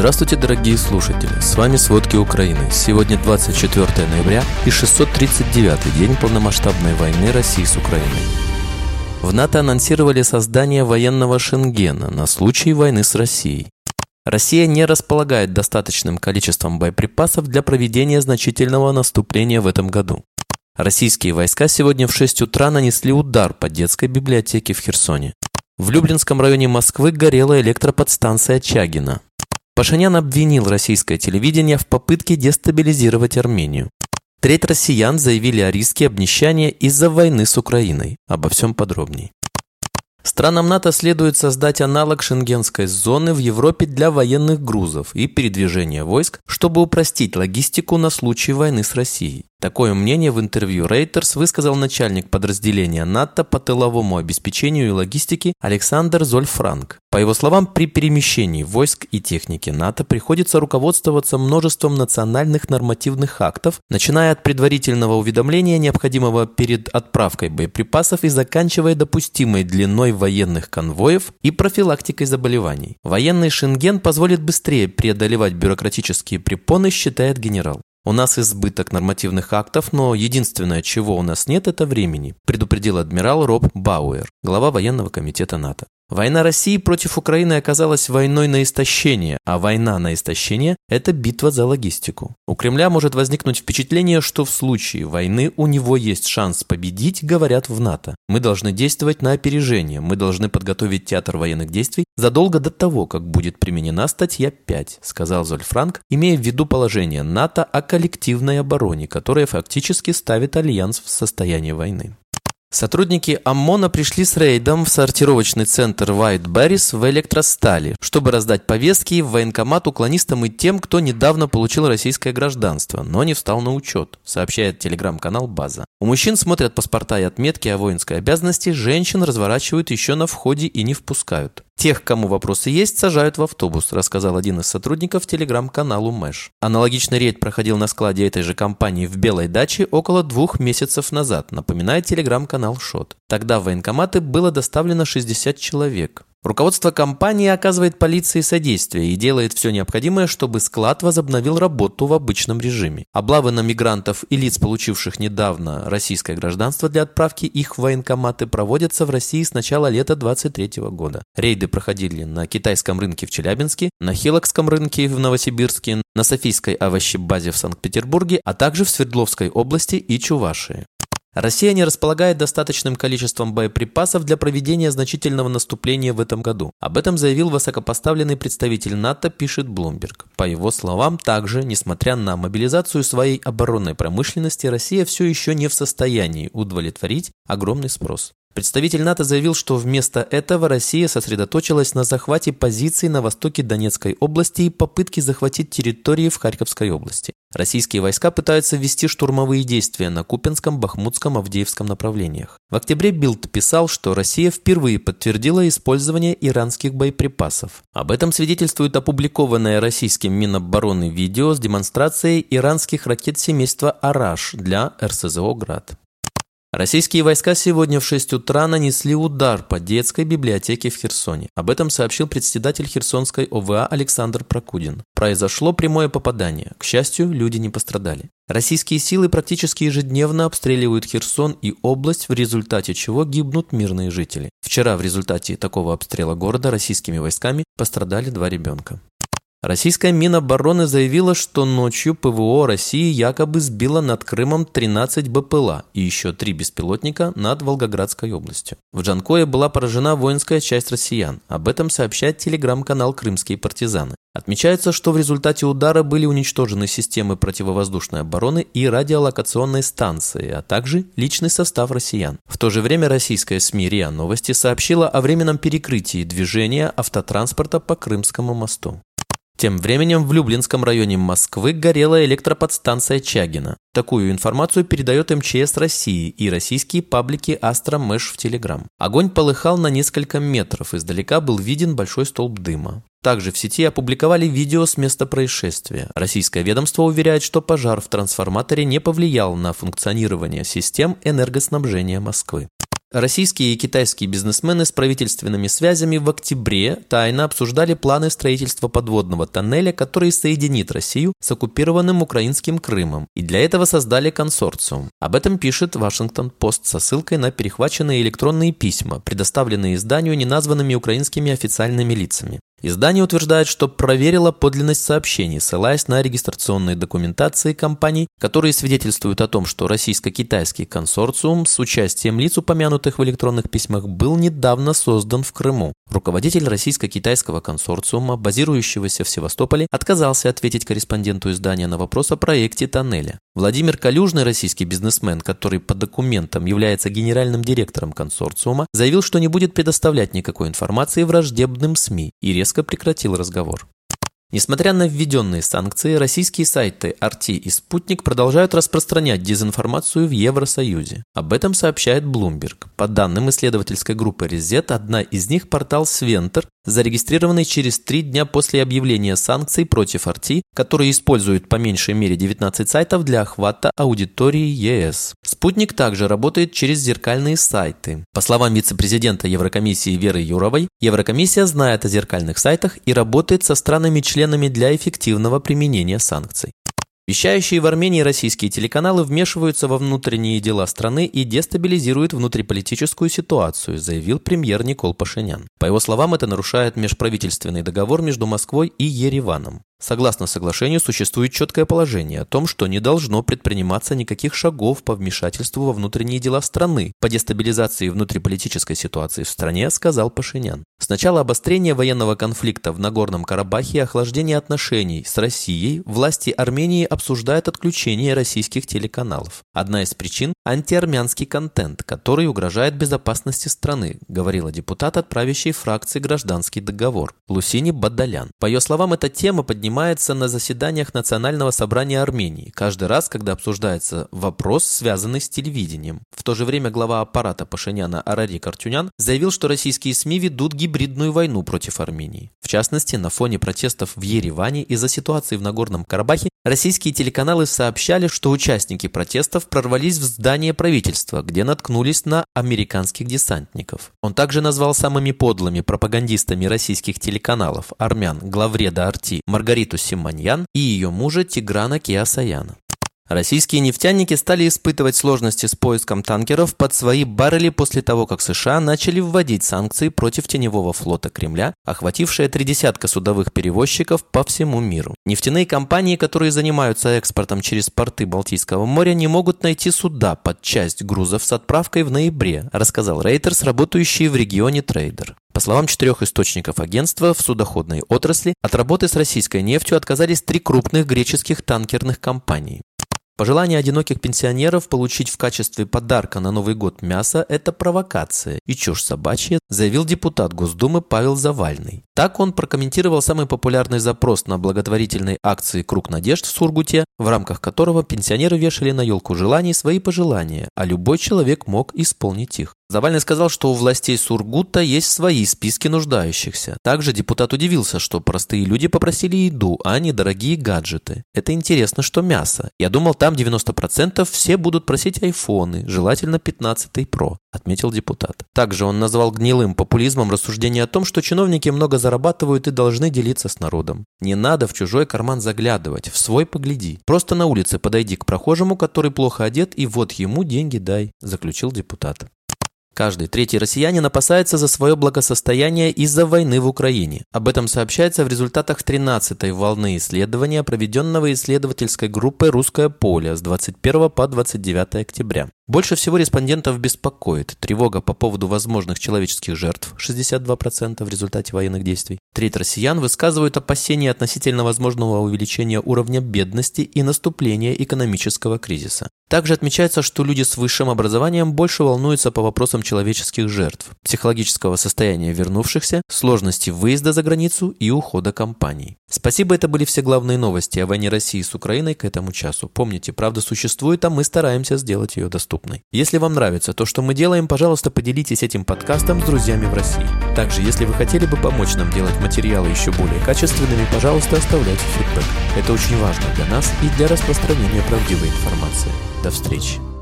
Здравствуйте, дорогие слушатели! С вами «Сводки Украины». Сегодня 24 ноября и 639-й день полномасштабной войны России с Украиной. В НАТО анонсировали создание военного Шенгена на случай войны с Россией. Россия не располагает достаточным количеством боеприпасов для проведения значительного наступления в этом году. Российские войска сегодня в 6 утра нанесли удар по детской библиотеке в Херсоне. В Люблинском районе Москвы горела электроподстанция Чагина. Пашинян обвинил российское телевидение в попытке дестабилизировать Армению. Треть россиян заявили о риске обнищания из-за войны с Украиной. Обо всем подробней. Странам НАТО следует создать аналог шенгенской зоны в Европе для военных грузов и передвижения войск, чтобы упростить логистику на случай войны с Россией. Такое мнение в интервью Reuters высказал начальник подразделения НАТО по тыловому обеспечению и логистике Александр Зольфранк. По его словам, при перемещении войск и техники НАТО приходится руководствоваться множеством национальных нормативных актов, начиная от предварительного уведомления, необходимого перед отправкой боеприпасов, и заканчивая допустимой длиной военных конвоев и профилактикой заболеваний. Военный Шенген позволит быстрее преодолевать бюрократические препоны, считает генерал. У нас избыток нормативных актов, но единственное, чего у нас нет, это времени, предупредил адмирал Роб Бауэр, глава военного комитета НАТО. Война России против Украины оказалась войной на истощение, а война на истощение – это битва за логистику. У Кремля может возникнуть впечатление, что в случае войны у него есть шанс победить, говорят в НАТО. Мы должны действовать на опережение, мы должны подготовить театр военных действий задолго до того, как будет применена статья 5, сказал Зольфранк, имея в виду положение НАТО о коллективной обороне, которое фактически ставит альянс в состояние войны. Сотрудники ОМОНа пришли с рейдом в сортировочный центр White Berries в Электростали, чтобы раздать повестки в военкомат уклонистам и тем, кто недавно получил российское гражданство, но не встал на учет, сообщает телеграм-канал «База». У мужчин смотрят паспорта и отметки о воинской обязанности, женщин разворачивают еще на входе и не впускают. Тех, кому вопросы есть, сажают в автобус, рассказал один из сотрудников телеграм-каналу Мэш. Аналогичный рейд проходил на складе этой же компании в Белой даче около 2 месяцев назад, напоминает телеграм-канал Шот. Тогда в военкоматы было доставлено 60 человек. Руководство компании оказывает полиции содействие и делает все необходимое, чтобы склад возобновил работу в обычном режиме. Облавы на мигрантов и лиц, получивших недавно российское гражданство, для отправки их в военкоматы проводятся в России с начала лета 2023 года. Рейды проходили на китайском рынке в Челябинске, на Хилокском рынке в Новосибирске, на Софийской овощебазе в Санкт-Петербурге, а также в Свердловской области и Чувашии. Россия не располагает достаточным количеством боеприпасов для проведения значительного наступления в этом году. Об этом заявил высокопоставленный представитель НАТО, пишет Bloomberg. По его словам, также, несмотря на мобилизацию своей оборонной промышленности, Россия все еще не в состоянии удовлетворить огромный спрос. Представитель НАТО заявил, что вместо этого Россия сосредоточилась на захвате позиций на востоке Донецкой области и попытке захватить территории в Харьковской области. Российские войска пытаются вести штурмовые действия на Купянском, Бахмутском, Авдеевском направлениях. В октябре Билд писал, что Россия впервые подтвердила использование иранских боеприпасов. Об этом свидетельствует опубликованное российским Минобороны видео с демонстрацией иранских ракет семейства «Араш» для РСЗО «Град». Российские войска сегодня в 6 утра нанесли удар по детской библиотеке в Херсоне. Об этом сообщил председатель Херсонской ОВА Александр Прокудин. Произошло прямое попадание. К счастью, люди не пострадали. Российские силы практически ежедневно обстреливают Херсон и область, в результате чего гибнут мирные жители. Вчера в результате такого обстрела города российскими войсками пострадали 2 ребенка. Российская Минобороны заявила, что ночью ПВО России якобы сбило над Крымом 13 БПЛА и еще 3 беспилотника над Волгоградской областью. В Джанкое была поражена воинская часть россиян. Об этом сообщает телеграм-канал «Крымские партизаны». Отмечается, что в результате удара были уничтожены системы противовоздушной обороны и радиолокационные станции, а также личный состав россиян. В то же время российская СМИ РИА Новости сообщила о временном перекрытии движения автотранспорта по Крымскому мосту. Тем временем в Люблинском районе Москвы горела электроподстанция Чагина. Такую информацию передает МЧС России и российские паблики Астра Мэш в Телеграм. Огонь полыхал на несколько метров, издалека был виден большой столб дыма. Также в сети опубликовали видео с места происшествия. Российское ведомство уверяет, что пожар в трансформаторе не повлиял на функционирование систем энергоснабжения Москвы. Российские и китайские бизнесмены с правительственными связями в октябре тайно обсуждали планы строительства подводного тоннеля, который соединит Россию с оккупированным украинским Крымом, и для этого создали консорциум. Об этом пишет Вашингтон-Пост со ссылкой на перехваченные электронные письма, предоставленные изданию неназванными украинскими официальными лицами. Издание утверждает, что проверило подлинность сообщений, ссылаясь на регистрационные документации компаний, которые свидетельствуют о том, что российско-китайский консорциум с участием лиц, упомянутых в электронных письмах, был недавно создан в Крыму. Руководитель российско-китайского консорциума, базирующегося в Севастополе, отказался ответить корреспонденту издания на вопрос о проекте тоннеля. Владимир Калюжный, российский бизнесмен, который по документам является генеральным директором консорциума, заявил, что не будет предоставлять никакой информации враждебным СМИ и резко прекратил разговор. Несмотря на введенные санкции, российские сайты RT и Спутник продолжают распространять дезинформацию в Евросоюзе. Об этом сообщает Bloomberg. По данным исследовательской группы Reset, одна из них – портал Свентер, зарегистрированный через 3 дня после объявления санкций против RT, который использует по меньшей мере 19 сайтов для охвата аудитории ЕС. Спутник также работает через зеркальные сайты. По словам вице-президента Еврокомиссии Веры Юровой, Еврокомиссия знает о зеркальных сайтах и работает со странами-членами для эффективного применения санкций. Вещающие в Армении российские телеканалы вмешиваются во внутренние дела страны и дестабилизируют внутриполитическую ситуацию, заявил премьер Никол Пашинян. По его словам, это нарушает межправительственный договор между Москвой и Ереваном. Согласно соглашению, существует четкое положение о том, что не должно предприниматься никаких шагов по вмешательству во внутренние дела страны, по дестабилизации внутриполитической ситуации в стране, сказал Пашинян. С начала обострения военного конфликта в Нагорном Карабахе и охлаждения отношений с Россией власти Армении обсуждают отключение российских телеканалов. Одна из причин – антиармянский контент, который угрожает безопасности страны, говорила депутат от правящей фракции «Гражданский договор» Лусини Бадалян. По ее словам, эта тема поднимается на заседаниях Национального собрания Армении, каждый раз, когда обсуждается вопрос, связанный с телевидением. В то же время глава аппарата Пашиняна Арарик Артюнян заявил, что российские СМИ ведут гибридную войну против Армении. В частности, на фоне протестов в Ереване из-за ситуации в Нагорном Карабахе российские телеканалы сообщали, что участники протестов прорвались в здание правительства, где наткнулись на американских десантников. Он также назвал самыми подлыми пропагандистами российских телеканалов армян главреда RT Маргариту Симоньян и ее мужа Тиграна Кеосаяна. Российские нефтяники стали испытывать сложности с поиском танкеров под свои баррели после того, как США начали вводить санкции против теневого флота Кремля, охватившие 30 судовых перевозчиков по всему миру. Нефтяные компании, которые занимаются экспортом через порты Балтийского моря, не могут найти суда под часть грузов с отправкой в ноябре, рассказал Reuters, работающий в регионе трейдер. По словам 4 источников агентства, в судоходной отрасли от работы с российской нефтью отказались 3 крупных греческих танкерных компании. Пожелание одиноких пенсионеров получить в качестве подарка на Новый год мясо – это провокация и чушь собачья, заявил депутат Госдумы Павел Завальный. Так он прокомментировал самый популярный запрос на благотворительной акции «Круг надежд» в Сургуте, в рамках которого пенсионеры вешали на елку желаний свои пожелания, а любой человек мог исполнить их. Завальный сказал, что у властей Сургута есть свои списки нуждающихся. Также депутат удивился, что простые люди попросили еду, а не дорогие гаджеты. Это интересно, что мясо. Я думал, там 90% все будут просить айфоны, желательно 15 Pro, отметил депутат. Также он назвал гнилым популизмом рассуждение о том, что чиновники много зарабатывают и должны делиться с народом. Не надо в чужой карман заглядывать, в свой погляди. Просто на улице подойди к прохожему, который плохо одет, и вот ему деньги дай, заключил депутат. Каждый 3-й россиянин опасается за свое благосостояние из-за войны в Украине. Об этом сообщается в результатах 13-й волны исследования, проведенного исследовательской группой «Русское поле» с 21 по 29 октября. Больше всего респондентов беспокоит тревога по поводу возможных человеческих жертв – 62% в результате военных действий. Треть россиян высказывают опасения относительно возможного увеличения уровня бедности и наступления экономического кризиса. Также отмечается, что люди с высшим образованием больше волнуются по вопросам человеческих жертв, психологического состояния вернувшихся, сложности выезда за границу и ухода компаний. Спасибо, это были все главные новости о войне России с Украиной к этому часу. Помните, правда существует, а мы стараемся сделать ее доступной. Если вам нравится то, что мы делаем, пожалуйста, поделитесь этим подкастом с друзьями в России. Также, если вы хотели бы помочь нам делать материалы еще более качественными, пожалуйста, оставляйте фидбэк. Это очень важно для нас и для распространения правдивой информации. До встречи.